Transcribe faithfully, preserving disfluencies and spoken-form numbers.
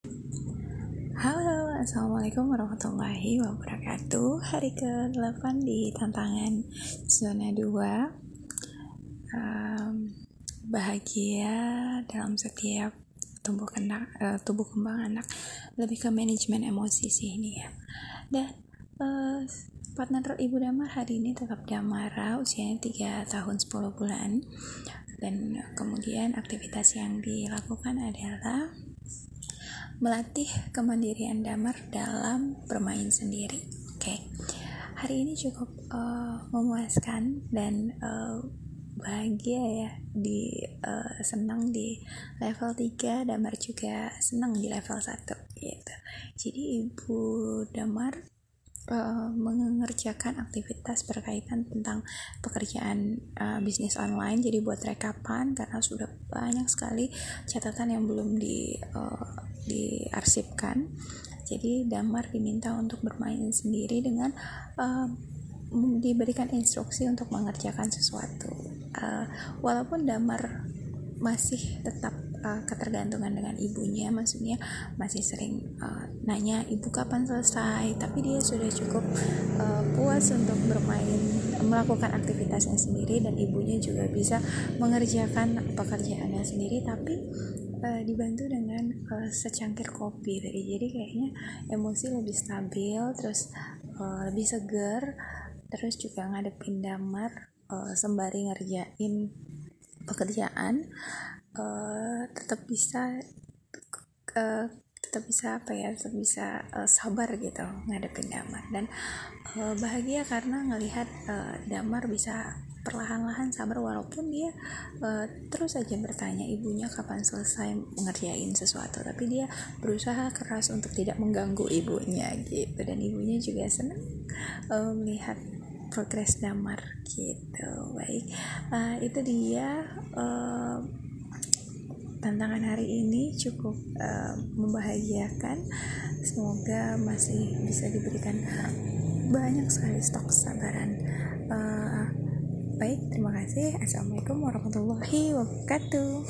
Halo, assalamualaikum warahmatullahi wabarakatuh. Hari ke delapan di tantangan zona dua. um, Bahagia dalam setiap tumbuh kembang, uh, tubuh kembang anak. Lebih ke manajemen emosi sih ini ya. Dan uh, partner Ibu Damar hari ini tetap Damara, usianya tiga tahun sepuluh bulan. Dan kemudian aktivitas yang dilakukan adalah melatih kemandirian Damar dalam bermain sendiri. Oke, okay. Hari ini cukup uh, memuaskan dan uh, bahagia ya, di uh, senang di level tiga, Damar juga senang di level satu gitu. Jadi Ibu Damar Uh, mengerjakan aktivitas berkaitan tentang pekerjaan uh, bisnis online. Jadi buat rekapan karena sudah banyak sekali catatan yang belum di uh, diarsipkan. Jadi Damar diminta untuk bermain sendiri dengan uh, diberikan instruksi untuk mengerjakan sesuatu. Uh, walaupun Damar masih tetap uh, ketergantungan dengan ibunya, maksudnya masih sering uh, nanya ibu kapan selesai, tapi dia sudah cukup uh, puas untuk bermain, melakukan aktivitasnya sendiri, dan ibunya juga bisa mengerjakan pekerjaannya sendiri, tapi uh, dibantu dengan uh, secangkir kopi tadi. Jadi kayaknya emosi lebih stabil, terus uh, lebih seger, terus juga ngadepin Damar uh, sembari ngerjain pekerjaan, uh, tetap bisa uh, tetap bisa apa ya tetap bisa uh, sabar gitu ngadepin Damar, dan uh, bahagia karena ngelihat uh, Damar bisa perlahan-lahan sabar walaupun dia uh, terus saja bertanya ibunya kapan selesai mengerjain sesuatu, tapi dia berusaha keras untuk tidak mengganggu ibunya gitu, dan ibunya juga senang uh, melihat progres Damar gitu. Baik, uh, itu dia uh, tantangan hari ini cukup uh, membahagiakan. Semoga masih bisa diberikan banyak sekali stok kesabaran. Uh, baik, terima kasih. Assalamualaikum warahmatullahi wabarakatuh.